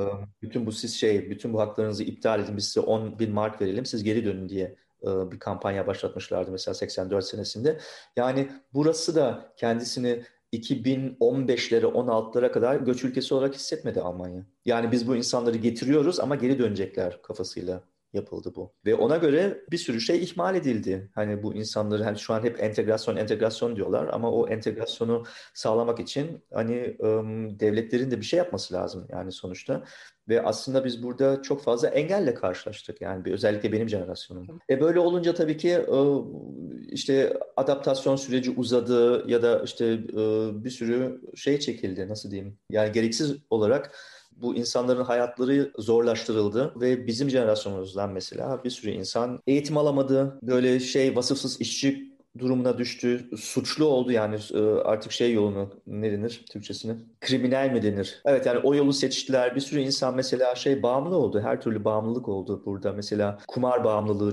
bütün bu haklarınızı iptal edin biz size 10 bin mark verelim siz geri dönün diye bir kampanya başlatmışlardı mesela 84 senesinde. Yani burası da kendisini 2015'lere 16'lara kadar göç ülkesi olarak hissetmedi Almanya. Yani biz bu insanları getiriyoruz ama geri dönecekler kafasıyla yapıldı bu. Ve ona göre bir sürü şey ihmal edildi. Hani bu insanları hani şu an hep entegrasyon diyorlar ama o entegrasyonu sağlamak için hani devletlerin de bir şey yapması lazım yani sonuçta. Ve aslında biz burada çok fazla engelle karşılaştık yani özellikle benim jenerasyonum. Böyle olunca tabii ki işte adaptasyon süreci uzadı ya da işte bir sürü şey çekildi nasıl diyeyim. Yani gereksiz olarak bu insanların hayatları zorlaştırıldı ve bizim jenerasyonumuzdan mesela bir sürü insan eğitim alamadı. Böyle vasıfsız işçi durumuna düştü, suçlu oldu yani artık şey yolunu ne denir Türkçesine? Kriminal mi denir? Evet yani o yolu seçtiler. Bir sürü insan mesela şey bağımlı oldu. Her türlü bağımlılık oldu burada. Mesela kumar bağımlılığı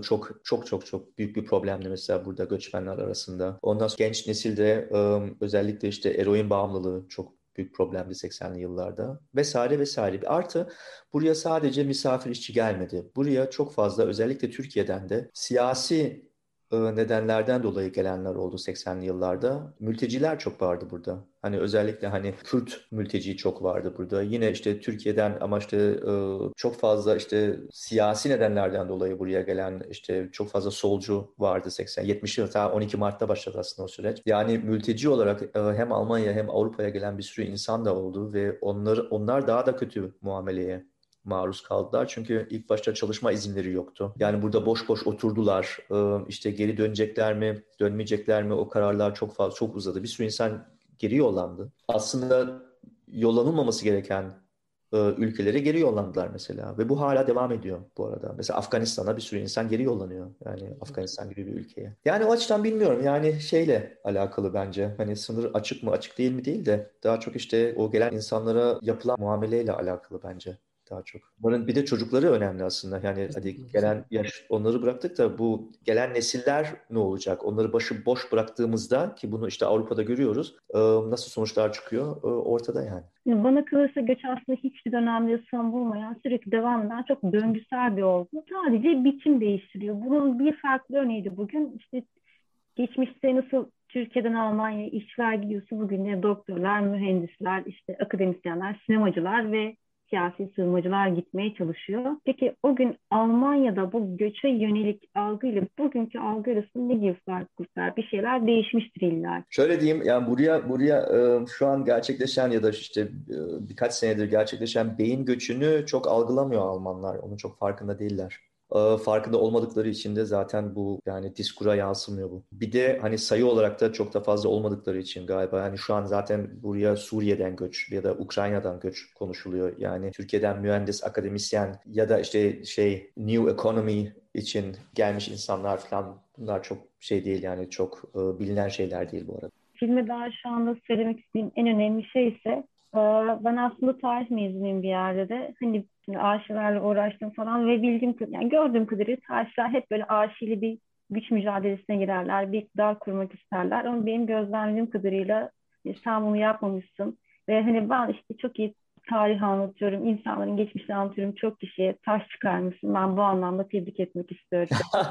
çok büyük bir problemdi mesela burada göçmenler arasında. Ondan sonra genç nesilde özellikle işte eroin bağımlılığı çok büyük problemdi 80'li yıllarda vesaire vesaire. Artı buraya sadece misafir işçi gelmedi. Buraya çok fazla özellikle Türkiye'den de siyasi nedenlerden dolayı gelenler oldu 80'li yıllarda. Mülteciler çok vardı burada. Hani özellikle hani Kürt mülteci çok vardı burada. Yine işte Türkiye'den ama işte çok fazla işte siyasi nedenlerden dolayı buraya gelen işte çok fazla solcu vardı 70 yıl ta 12 Mart'ta başladı aslında o süreç. Yani mülteci olarak hem Almanya hem Avrupa'ya gelen bir sürü insan da oldu ve onlar daha da kötü muameleye maruz kaldılar. Çünkü ilk başta çalışma izinleri yoktu. Yani burada boş boş oturdular. İşte geri dönecekler mi, dönmeyecekler mi? O kararlar çok uzadı. Bir sürü insan geri yollandı. Aslında yollanılmaması gereken ülkelere geri yollandılar mesela. Ve bu hala devam ediyor bu arada. Mesela Afganistan'a bir sürü insan geri yollanıyor. Yani Afganistan gibi bir ülkeye. Yani o açıdan bilmiyorum. Yani şeyle alakalı bence. Hani sınır açık mı açık değil mi değil de daha çok işte o gelen insanlara yapılan muameleyle alakalı bence daha çok. Bunların bir de çocukları önemli aslında. Yani hadi Kesinlikle, gelen kesinlikle. yaş onları bıraktık da bu gelen nesiller ne olacak? Onları başı boş bıraktığımızda ki bunu işte Avrupa'da görüyoruz. Nasıl sonuçlar çıkıyor? Ortada yani. Yani bana kalırsa göç aslında hiçbir dönemde son bulmayan, sürekli devam eden çok döngüsel bir olgu. Sadece biçim değiştiriyor. Bunun bir farklı örneği de bugün işte geçmişte nasıl Türkiye'den Almanya'ya işçiler gidiyorsa bugün de doktorlar, mühendisler, işte akademisyenler, sinemacılar ve siyasi sığınmacılar gitmeye çalışıyor. Peki o gün Almanya'da bu göçe yönelik algıyla bugünkü algı arasında ne gibi farklılıklar, bir şeyler değişmiştir illa. Şöyle diyeyim yani buraya şu an gerçekleşen ya da işte birkaç senedir gerçekleşen beyin göçünü çok algılamıyor Almanlar. Onun çok farkında değiller. Farkında olmadıkları için de zaten bu yani diskura yansımıyor bu. Bir de hani sayı olarak da çok da fazla olmadıkları için galiba yani şu an zaten buraya Suriye'den göç ya da Ukrayna'dan göç konuşuluyor. Yani Türkiye'den mühendis, akademisyen ya da işte şey New Economy için gelmiş insanlar falan bunlar çok şey değil yani çok bilinen şeyler değil bu arada. Filme dair şu anda söylemek istediğim en önemli şey ise ben aslında tarih mezunuyum bir yerde de. Hani arşivlerle uğraştım falan ve yani gördüğüm kadarıyla tarihçiler hep böyle arşivli bir güç mücadelesine girerler, bir iktidar kurmak isterler. Ama benim gözlemlediğim kadarıyla sen bunu yapmamışsın. Ve hani ben işte çok iyi tarih anlatıyorum, insanların geçmişini anlatıyorum, çok kişiye taş çıkarmışsın. Ben bu anlamda tebrik etmek istiyorum.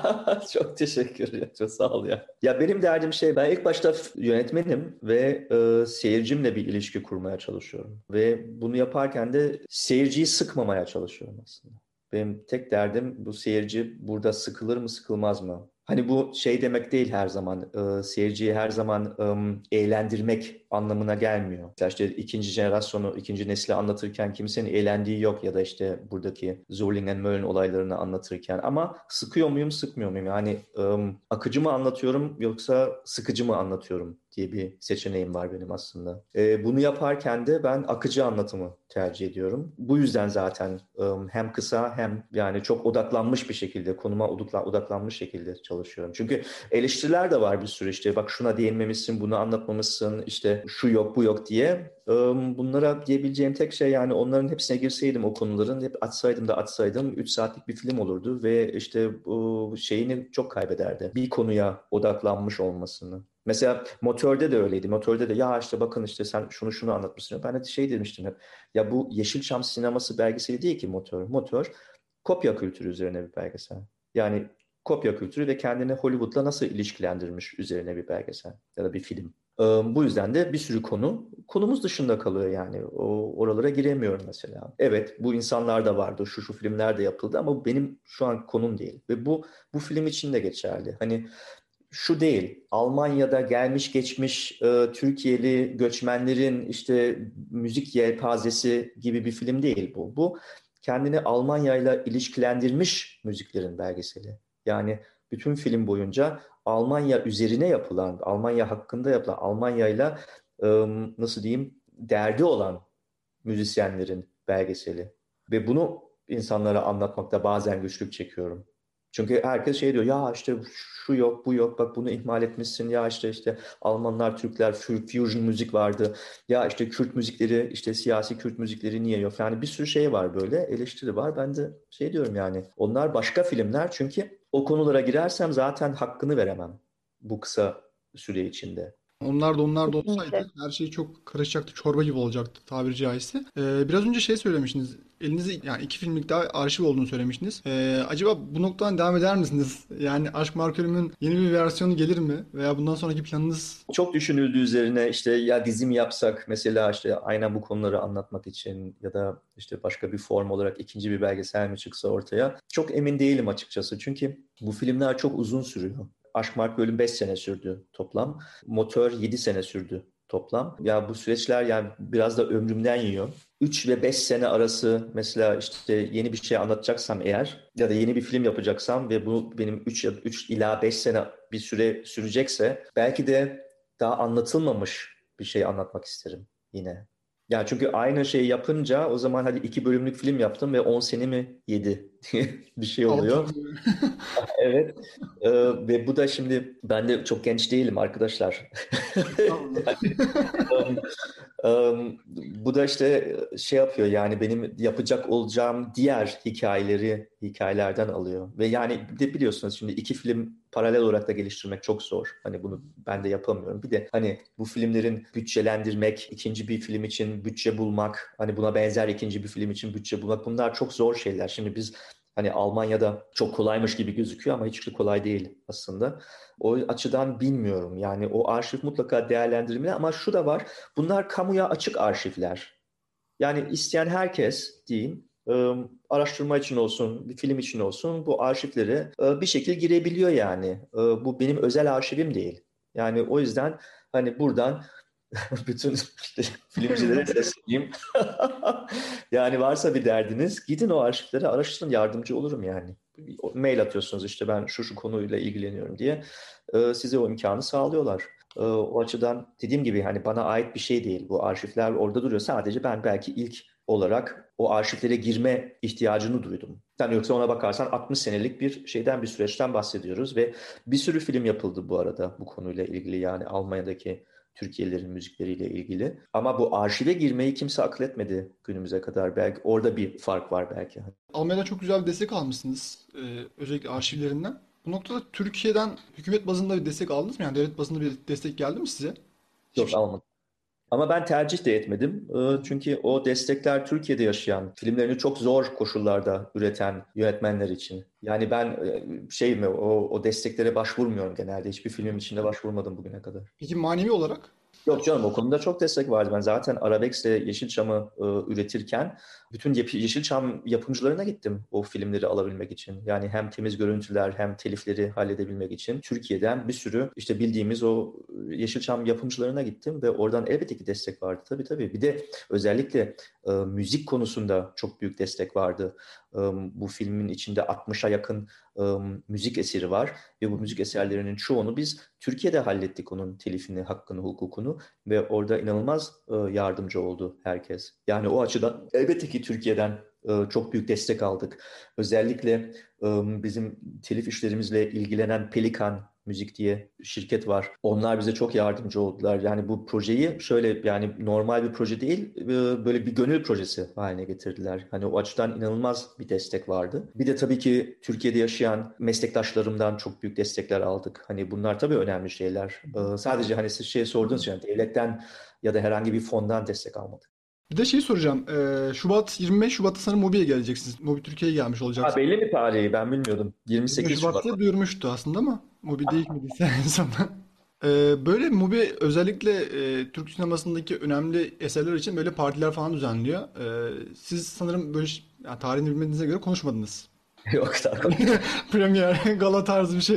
Çok teşekkür ederim. Çok sağ ol ya. Ya benim derdim şey ben ilk başta yönetmenim ve seyircimle bir ilişki kurmaya çalışıyorum. Ve bunu yaparken de seyirciyi sıkmamaya çalışıyorum aslında. Benim tek derdim bu seyirci burada sıkılır mı sıkılmaz mı? Hani bu şey demek değil her zaman. Seyirciyi her zaman eğlendirmek anlamına gelmiyor. Mesela işte ikinci jenerasyonu, ikinci nesli anlatırken kimsenin eğlendiği yok ya da işte buradaki Zorlingen Mölln olaylarını anlatırken. Ama sıkıyor muyum, sıkmıyor muyum? Yani akıcı mı anlatıyorum yoksa sıkıcı mı anlatıyorum diye bir seçeneğim var benim aslında. Bunu yaparken de ben akıcı anlatımı tercih ediyorum. Bu yüzden zaten hem kısa hem yani çok odaklanmış bir şekilde konuma odaklanmış şekilde çalışıyorum. Çünkü eleştiriler de var bir sürü işte bak şuna değinmemişsin, bunu anlatmamışsın, işte şu yok bu yok diye. Bunlara diyebileceğim tek şey yani onların hepsine girseydim o konuların hep açsaydım 3 saatlik bir film olurdu ve işte bu şeyini çok kaybederdi. Bir konuya odaklanmış olmasını. Mesela Motör'de de öyleydi. Motör'de de ya işte bakın işte sen şunu anlatmışsın. Ben de şey demiştim hep. Ya bu Yeşilçam sineması belgeseli değil ki Motör. Motör kopya kültürü üzerine bir belgesel. Yani kopya kültürü ve kendini Hollywood'la nasıl ilişkilendirmiş üzerine bir belgesel ya da bir film. Bu yüzden de bir sürü konumuz dışında kalıyor yani. Oralara giremiyorum mesela. Evet bu insanlar da vardı. Şu filmler de yapıldı ama bu benim şu an konum değil. Ve bu film için de geçerli. Hani şu değil, Almanya'da gelmiş geçmiş Türkiye'li göçmenlerin işte müzik yelpazesi gibi bir film değil bu. Bu kendini Almanya'yla ilişkilendirmiş müziklerin belgeseli. Yani bütün film boyunca Almanya üzerine yapılan, Almanya hakkında yapılan, Almanya'yla e, nasıl diyeyim derdi olan müzisyenlerin belgeseli. Ve bunu insanlara anlatmakta bazen güçlük çekiyorum. Çünkü herkes şey diyor ya işte şu yok bu yok bak bunu ihmal etmişsin ya işte Almanlar Türkler fusion müzik vardı ya işte Kürt müzikleri işte siyasi Kürt müzikleri niye yok yani bir sürü şey var böyle eleştiri var ben de şey diyorum yani onlar başka filmler çünkü o konulara girersem zaten hakkını veremem bu kısa süre içinde. Onlar da olsaydı Kesinlikle. her şey çok karışacaktı, çorba gibi olacaktı tabiri caizse. Biraz önce şey söylemiştiniz. Elinizde yani iki filmlik daha arşiv olduğunu söylemiştiniz. Acaba bu noktadan devam eder misiniz? Yani Aşk Mark Ölüm'ün yeni bir versiyonu gelir mi? Veya bundan sonraki planınız? Çok düşünüldüğü üzerine işte ya dizi mi yapsak mesela işte aynen bu konuları anlatmak için ya da işte başka bir form olarak ikinci bir belgesel mi çıksa ortaya. Çok emin değilim açıkçası çünkü bu filmler çok uzun sürüyor. Aşk Mark Bölüm 5 sene sürdü toplam. Motor 7 sene sürdü toplam. Ya bu süreçler yani biraz da ömrümden yiyor. 3 ve 5 sene arası mesela işte yeni bir şey anlatacaksam eğer ya da yeni bir film yapacaksam ve bu benim 3 ila 5 sene bir süre sürecekse belki de daha anlatılmamış bir şey anlatmak isterim yine. Yani çünkü aynı şeyi yapınca o zaman hadi 2 bölümlük film yaptım ve 10 sene mi yedi diye bir şey oluyor. Altın. Evet. Ve bu da şimdi ben de çok genç değilim arkadaşlar. Estağfurullah. Yani, bu da işte şey yapıyor yani benim yapacak olacağım diğer hikayelerden alıyor. Ve yani bir de biliyorsunuz şimdi iki film paralel olarak da geliştirmek çok zor. Hani bunu ben de yapamıyorum. Bir de hani bu filmlerin bütçelendirmek, ikinci bir film için bütçe bulmak, hani buna benzer ikinci bir film için bütçe bulmak bunlar çok zor şeyler. Şimdi biz hani Almanya'da çok kolaymış gibi gözüküyor ama hiç de kolay değil aslında. O açıdan bilmiyorum. Yani o arşiv mutlaka değerlendirilmeli ama şu da var. Bunlar kamuya açık arşivler. Yani isteyen herkes diyeyim araştırma için olsun, bir film için olsun bu arşivlere bir şekilde girebiliyor yani. Bu benim özel arşivim değil. Yani o yüzden hani buradan bütün işte filmcilere sesleneyim. Yani varsa bir derdiniz gidin o arşivlere araştırın yardımcı olurum yani. Mail atıyorsunuz işte ben şu konuyla ilgileniyorum diye size o imkanı sağlıyorlar. O açıdan dediğim gibi hani bana ait bir şey değil. Bu arşivler orada duruyor. Sadece ben belki ilk olarak o arşivlere girme ihtiyacını duydum. Yani yoksa ona bakarsan 60 senelik bir şeyden bir süreçten bahsediyoruz ve bir sürü film yapıldı bu arada bu konuyla ilgili yani Almanya'daki Türkiye'lerin müzikleriyle ilgili. Ama bu arşive girmeyi kimse akıl etmedi günümüze kadar. Belki orada bir fark var belki. Almanya'dan çok güzel bir destek almışsınız. Özellikle arşivlerinden. Bu noktada Türkiye'den hükümet bazında bir destek aldınız mı? Yani devlet bazında bir destek geldi mi size? Hiçbir Yok şey. almadım. Ama ben tercih de etmedim. Çünkü o destekler Türkiye'de yaşayan, filmlerini çok zor koşullarda üreten yönetmenler için. Yani ben şey mi o desteklere başvurmuyorum genelde. Hiçbir filmim içinde başvurmadım bugüne kadar. Peki manevi olarak? Yok canım o konuda çok destek vardı. Ben zaten Arabesk'le Yeşilçam'ı üretirken bütün Yeşilçam yapımcılarına gittim o filmleri alabilmek için. Yani hem temiz görüntüler hem telifleri halledebilmek için Türkiye'den bir sürü işte bildiğimiz o Yeşilçam yapımcılarına gittim ve oradan elbette ki destek vardı. Tabii tabii. Bir de özellikle müzik konusunda çok büyük destek vardı. Bu filmin içinde 60'a yakın müzik eseri var ve bu müzik eserlerinin çoğunu biz Türkiye'de hallettik onun telifini, hakkını, hukukunu ve orada inanılmaz yardımcı oldu herkes. Yani o açıdan elbette ki Türkiye'den çok büyük destek aldık. Özellikle bizim telif işlerimizle ilgilenen Pelikan Müzik diye şirket var. Onlar bize çok yardımcı oldular. Yani bu projeyi şöyle yani normal bir proje değil, böyle bir gönül projesi haline getirdiler. Hani o açıdan inanılmaz bir destek vardı. Bir de tabii ki Türkiye'de yaşayan meslektaşlarımdan çok büyük destekler aldık. Hani bunlar tabii önemli şeyler. Sadece hani siz şey sorduğunuz için yani devletten ya da herhangi bir fondan destek almadık. Bir de şey soracağım. 25 Şubat'ta sanırım Mobi'ye geleceksiniz. Mobi Türkiye'ye gelmiş Ha, olacaksınız. belli mi tarihi? Ben bilmiyordum. 25 28 Şubat Şubat. diye duyurmuştu aslında ama Mobi değişmediyse en sonunda. Böyle Mubi özellikle Türk sinemasındaki önemli eserler için böyle partiler falan düzenliyor. Siz sanırım böyle yani tarihini bilmediğinize göre konuşmadınız. Yok tamam. Premier, gala tarzı bir şey.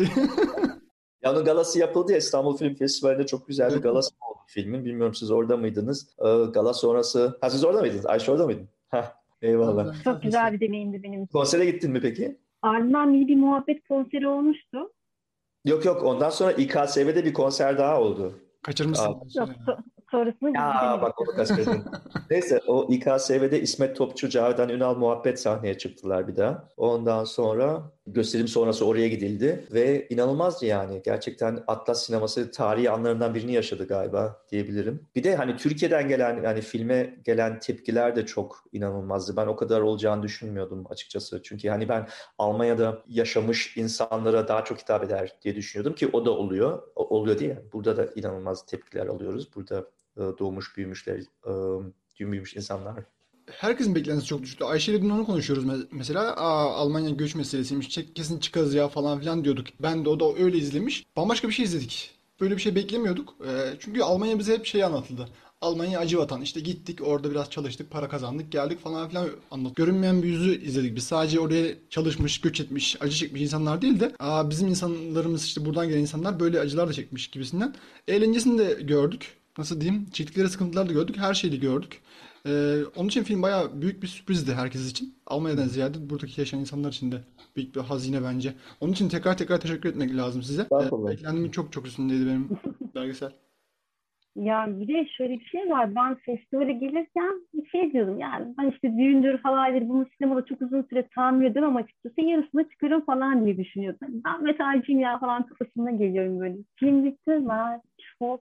Ya onun galası yapıldı ya İstanbul Film Festivali'nde çok güzel bir Evet. galası oldu filmin. Bilmiyorum siz orada mıydınız? Gala sonrası... Ha siz orada mıydınız? Ayşe orada mıydın? Ha eyvallah. Çok güzel bir deneyimdi benim için. Konsere gittin mi peki? Ardından mini bir muhabbet konseri olmuştu. Yok yok ondan sonra İKSV'de bir konser daha oldu. Aa, Kaçırmışsın. Yok, sonrasında ya gidemedik bak onu tabii. kaçırdın. Neyse o İKSV'de İsmet Topçu, Cavidan Ünal muhabbet sahneye çıktılar bir daha. Ondan sonra gösterim sonrası oraya gidildi ve inanılmazdı yani. Gerçekten Atlas sineması tarihi anlarından birini yaşadı galiba diyebilirim. Bir de hani Türkiye'den gelen yani filme gelen tepkiler de çok inanılmazdı. Ben o kadar olacağını düşünmüyordum açıkçası. Çünkü hani ben Almanya'da yaşamış insanlara daha çok hitap eder diye düşünüyordum ki o da oluyor. Oluyor diye. Burada da inanılmaz tepkiler alıyoruz. Burada doğmuş büyümüşler, büyümüş insanlar. Herkesin beklentisi çok düştü. Ayşe ile dün onu konuşuyoruz mesela. Almanya göç meselesiymiş. Kesin çıkarız ya falan filan diyorduk. Ben de o da öyle izlemiş. Bambaşka bir şey izledik. Böyle bir şey beklemiyorduk. Çünkü Almanya bize hep şey anlatıldı. Almanya acı vatan. İşte gittik orada biraz çalıştık, para kazandık, geldik falan filan anlat. Görünmeyen bir yüzü izledik biz. Sadece oraya çalışmış, göç etmiş, acı çekmiş insanlar değil de bizim insanlarımız işte buradan gelen insanlar böyle acılar da çekmiş gibisinden. Eğlencesini de gördük. Nasıl diyeyim? Çektikleri sıkıntıları da gördük. Her şeyi de gördük. Onun için film bayağı büyük bir sürprizdi herkes için. Almanya'dan ziyade buradaki yaşayan insanlar için de büyük bir hazine bence. Onun için tekrar tekrar teşekkür etmek lazım size. Estağfurullah. Beklentimin çok çok üstündeydi benim belgesel. Ya bir de şöyle bir şey var. Ben festivale gelirken bir şey diyordum. Yani ben işte düğündür falandır bunu sinemada çok uzun süre tahammül edemem açıkçası. Yarısına çıkarım falan diye düşünüyordum. Hani ben metalciyim ya falan kafasına geliyorum böyle. Film bitti ben çok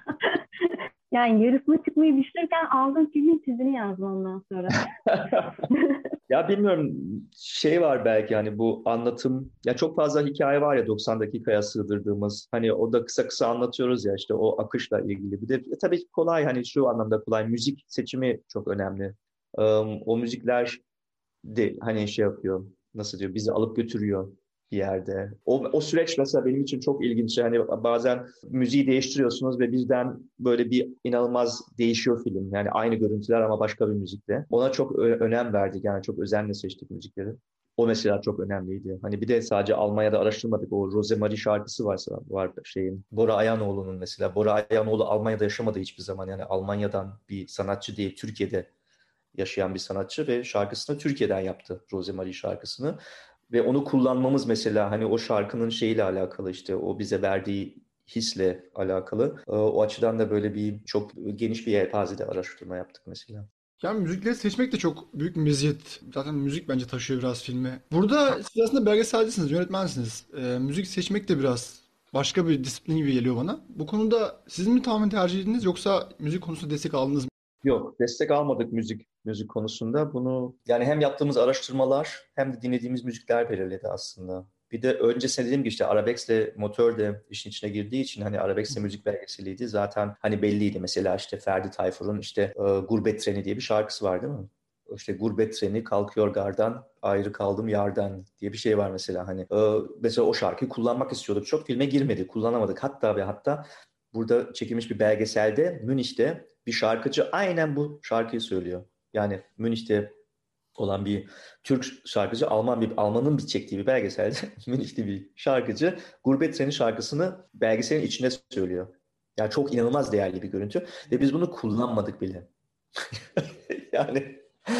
yani yarısına çıkmayı düşünürken aldım filmin tizini yazdım ondan sonra. Ya bilmiyorum şey var belki hani bu anlatım ya çok fazla hikaye var ya 90 dakikaya sığdırdığımız hani o da kısa kısa anlatıyoruz ya işte o akışla ilgili bir de tabii kolay hani şu anlamda kolay müzik seçimi çok önemli. O müzikler de hani şey yapıyor nasıl diyor bizi alıp götürüyor bir yerde. O süreç mesela benim için çok ilginç. Yani bazen müziği değiştiriyorsunuz ve birden böyle bir inanılmaz değişiyor film. Yani aynı görüntüler ama başka bir müzikle. Ona çok önem verdik. Yani çok özenle seçtik müzikleri. O mesela çok önemliydi. Hani bir de sadece Almanya'da araştırmadık. O Rosemary şarkısı var şeyin. Bora Ayanoğlu'nun mesela. Bora Ayanoğlu Almanya'da yaşamadı hiçbir zaman. Yani Almanya'dan bir sanatçı değil, Türkiye'de yaşayan bir sanatçı ve şarkısını Türkiye'den yaptı Rosemary şarkısını. Ve onu kullanmamız mesela hani o şarkının şeyiyle alakalı işte o bize verdiği hisle alakalı. O açıdan da böyle bir çok geniş bir yelpazede araştırma yaptık mesela. Yani müzikleri seçmek de çok büyük bir meziyet. Zaten müzik bence taşıyor biraz filmi. Burada siz aslında belgeselcisiniz, yönetmensiniz. Müzik seçmek de biraz başka bir disiplin gibi geliyor bana. Bu konuda siz mi tamamen tercih ediniz yoksa müzik konusunda destek aldınız mı? Yok, destek almadık müzik konusunda. Bunu yani hem yaptığımız araştırmalar hem de dinlediğimiz müzikler belirledi aslında. Bir de öncesinde dediğim gibi işte Arabesk'le Motör de işin içine girdiği için hani Arabesk'le müzik belgeseliydi. Zaten hani belliydi. Mesela işte Ferdi Tayfur'un işte Gurbet Treni diye bir şarkısı var değil mi? İşte gurbet treni kalkıyor gardan, ayrı kaldım yardan diye bir şey var mesela hani. Mesela o şarkıyı kullanmak istiyorduk. Çok filme girmedi, kullanamadık. Hatta ve hatta burada çekilmiş bir belgeselde Münih'te bir şarkıcı aynen bu şarkıyı söylüyor. Yani Münih'te olan bir Türk şarkıcı Almanın bir çektiği bir belgeselde Münih'te bir şarkıcı Gurbet Treni şarkısını belgeselin içinde söylüyor. Yani çok inanılmaz değerli bir görüntü ve biz bunu kullanmadık bile. Yani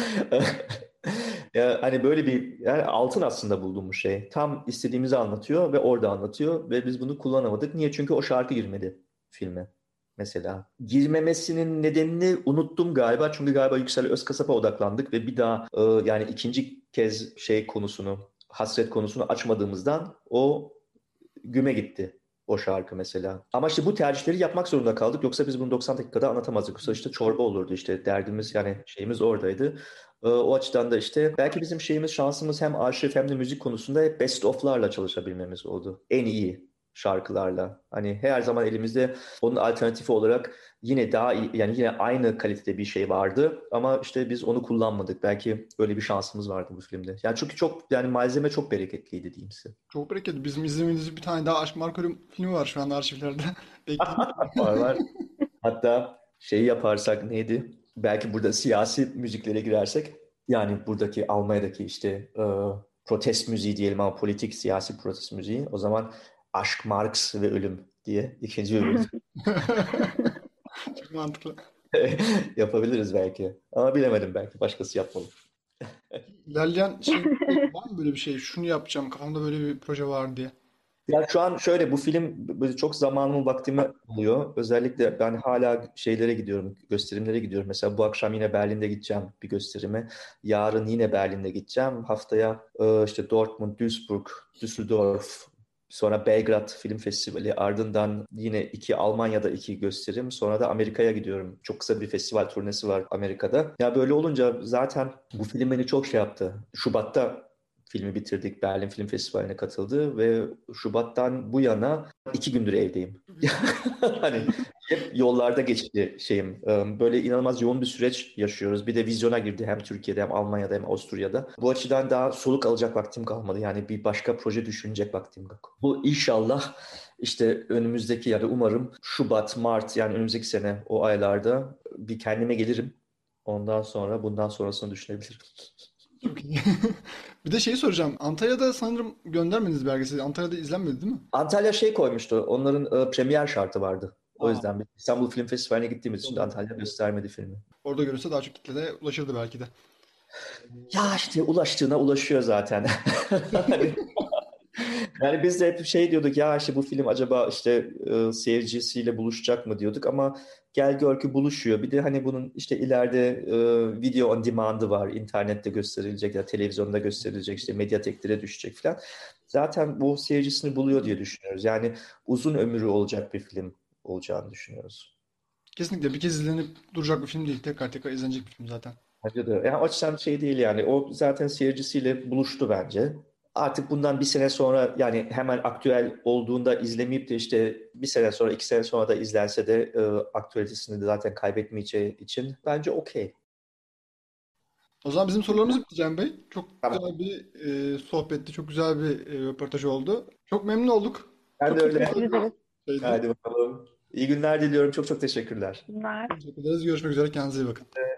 ya hani böyle bir yani altın aslında bulduğumuz şey. Tam istediğimizi anlatıyor ve orada anlatıyor ve biz bunu kullanamadık. Niye? Çünkü o şarkı girmedi filme mesela. Girmemesinin nedenini unuttum galiba. Çünkü galiba Yüksel Özkasap'a odaklandık ve bir daha yani ikinci kez şey konusunu, hasret konusunu açmadığımızdan o güme gitti o şarkı mesela. Ama işte bu tercihleri yapmak zorunda kaldık. Yoksa biz bunu 90 dakikada anlatamazdık. Yoksa işte çorba olurdu işte derdimiz yani şeyimiz oradaydı. O açıdan da işte belki bizim şeyimiz şansımız hem arşiv hem de müzik konusunda hep best of'larla çalışabilmemiz oldu. En iyi şarkılarla. Hani her zaman elimizde onun alternatifi olarak yine daha iyi yani yine aynı kalitede bir şey vardı ama işte biz onu kullanmadık. Belki öyle bir şansımız vardı bu filmde. Yani çünkü çok yani malzeme çok bereketliydi diyeyim size. Çok bereketli. Bizim izlemediğimiz bir tane daha Aşk Markol'ün filmi var şu anda arşivlerde. Bekliyorum. Var var. Hatta şey yaparsak neydi? Belki burada siyasi müziklere girersek yani buradaki Almanya'daki işte protest müziği diyelim ama politik siyasi protest müziği o zaman Aşk, Marx ve Ölüm diye ikinci bir bölüm Çok mantıklı. yapabiliriz belki. Ama bilemedim belki başkası yapmalı. İlerleyen şey var mı böyle bir şey? Şunu yapacağım. Kafamda böyle bir proje var diye. Ya şu an şöyle bu film böyle çok zamanımı vaktimi alıyor. Özellikle ben hala şeylere gidiyorum, gösterimlere gidiyorum. Mesela bu akşam yine Berlin'de gideceğim bir gösterime. Yarın yine Berlin'de gideceğim. Haftaya işte Dortmund, Duisburg, Düsseldorf, sonra Belgrad Film Festivali. Ardından yine Almanya'da iki gösterim. Sonra da Amerika'ya gidiyorum. Çok kısa bir festival turnesi var Amerika'da. Ya böyle olunca zaten bu film beni çok şey yaptı. Şubat'ta filmi bitirdik. Berlin Film Festivali'ne katıldı ve Şubat'tan bu yana 2 gündür evdeyim. Hani hep yollarda geçti şeyim. Böyle inanılmaz yoğun bir süreç yaşıyoruz. Bir de vizyona girdi hem Türkiye'de hem Almanya'da hem Avusturya'da. Bu açıdan daha soluk alacak vaktim kalmadı. Yani bir başka proje düşünecek vaktim yok. Bu inşallah işte önümüzdeki ya da umarım Şubat, Mart yani önümüzdeki sene o aylarda bir kendime gelirim. Ondan sonra bundan sonrasını düşünebilirim. Çok iyi. Bir de şeyi soracağım. Antalya'da sanırım göndermediniz belgeseli. Antalya'da izlenmedi değil mi? Antalya şey koymuştu. Onların premier şartı vardı. O Aa, yüzden biz İstanbul Film Festivali'ne gittiğimiz için de doğru. Antalya göstermedi filmi. Orada görürse daha çok kitlere ulaşırdı belki de. Ya işte ulaştığına ulaşıyor zaten. Hani yani biz de hep şey diyorduk ya işte bu film acaba işte seyircisiyle buluşacak mı diyorduk ama gel gör ki buluşuyor. Bir de hani bunun işte ileride video on demand'ı var. İnternette gösterilecek ya televizyonda gösterilecek işte medyateklere düşecek falan. Zaten bu seyircisini buluyor diye düşünüyoruz. Yani uzun ömrü olacak bir film olacağını düşünüyoruz. Kesinlikle bir kez izlenip duracak bir film değil. Tekrar tekrar izlenecek bir film zaten. Bence de. Yani o açıdan şey değil yani. O zaten seyircisiyle buluştu bence. Artık bundan bir sene sonra yani hemen aktüel olduğunda izlemeyip de işte bir sene sonra, 2 sene sonra da izlense de aktüelitesini de zaten kaybetmeyeceği için bence okey. O zaman bizim sorularımız bitti Cem Bey. Çok Tamam. güzel bir sohbetti. Çok güzel bir röportaj oldu. Çok memnun olduk. Ben de Çok öyle. Teşekkür güzel bir ederiz. şeydi. Hadi bakalım. İyi günler diliyorum. Çok çok teşekkürler. Bunlar Teşekkür ederiz. Görüşmek üzere. Kendinize iyi bakın.